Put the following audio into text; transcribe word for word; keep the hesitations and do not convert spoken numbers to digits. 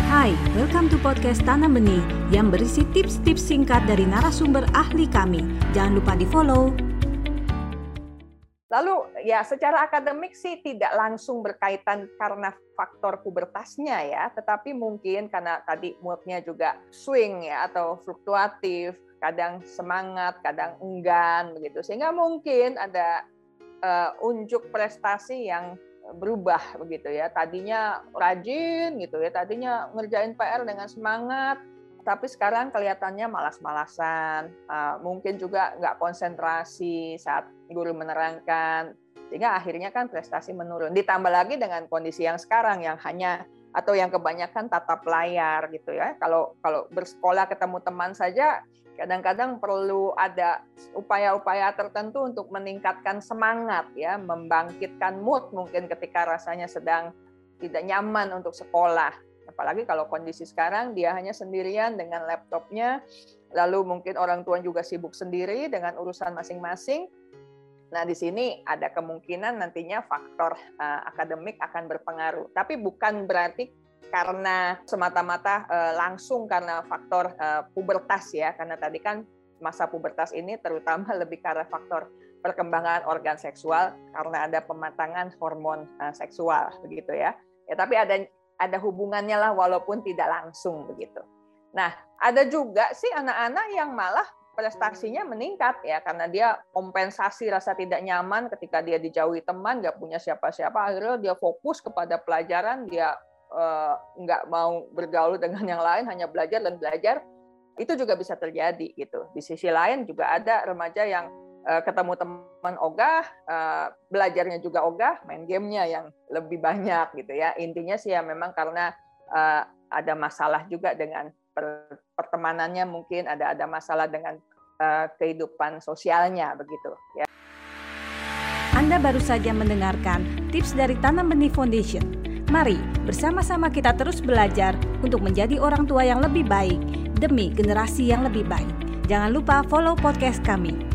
Hai, welcome to podcast Tanam Benih yang berisi tips-tips singkat dari narasumber ahli kami. Jangan lupa di-follow. Lalu ya secara akademik sih tidak langsung berkaitan karena faktor pubertasnya ya, tetapi mungkin karena tadi moodnya juga swing ya atau fluktuatif, kadang semangat, kadang enggan begitu, sehingga mungkin ada uh, unjuk prestasi yang berubah begitu ya. Tadinya rajin gitu ya, tadinya ngerjain P R dengan semangat, tapi sekarang kelihatannya malas-malasan, uh, mungkin juga nggak konsentrasi saat guru menerangkan, sehingga akhirnya kan prestasi menurun. Ditambah lagi dengan kondisi yang sekarang yang hanya atau yang kebanyakan tatap layar gitu ya. Kalau kalau bersekolah ketemu teman saja, kadang-kadang perlu ada upaya-upaya tertentu untuk meningkatkan semangat ya, membangkitkan mood mungkin ketika rasanya sedang tidak nyaman untuk sekolah. Apalagi kalau kondisi sekarang dia hanya sendirian dengan laptopnya, lalu mungkin orang tua juga sibuk sendiri dengan urusan masing-masing. Nah, di sini ada kemungkinan nantinya faktor uh, akademik akan berpengaruh. Tapi bukan berarti karena semata-mata uh, langsung karena faktor uh, pubertas ya, karena tadi kan masa pubertas ini terutama lebih karena faktor perkembangan organ seksual karena ada pematangan hormon uh, seksual begitu ya. Ya, tapi ada ada hubungannya lah walaupun tidak langsung begitu. Nah, ada juga sih anak-anak yang malah prestasinya meningkat ya karena dia kompensasi rasa tidak nyaman ketika dia dijauhi teman, nggak punya siapa-siapa, akhirnya dia fokus kepada pelajaran, dia eh, nggak mau bergaul dengan yang lain, hanya belajar dan belajar. Itu juga bisa terjadi gitu. Di sisi lain juga ada remaja yang eh, ketemu teman ogah, eh, belajarnya juga ogah, main gamenya yang lebih banyak gitu ya. Intinya sih ya memang karena eh, ada masalah juga dengan pertemanannya, mungkin ada ada masalah dengan uh, kehidupan sosialnya begitu ya. Anda baru saja mendengarkan tips dari Tanam Benih Foundation. Mari bersama-sama kita terus belajar untuk menjadi orang tua yang lebih baik demi generasi yang lebih baik. Jangan lupa follow podcast kami.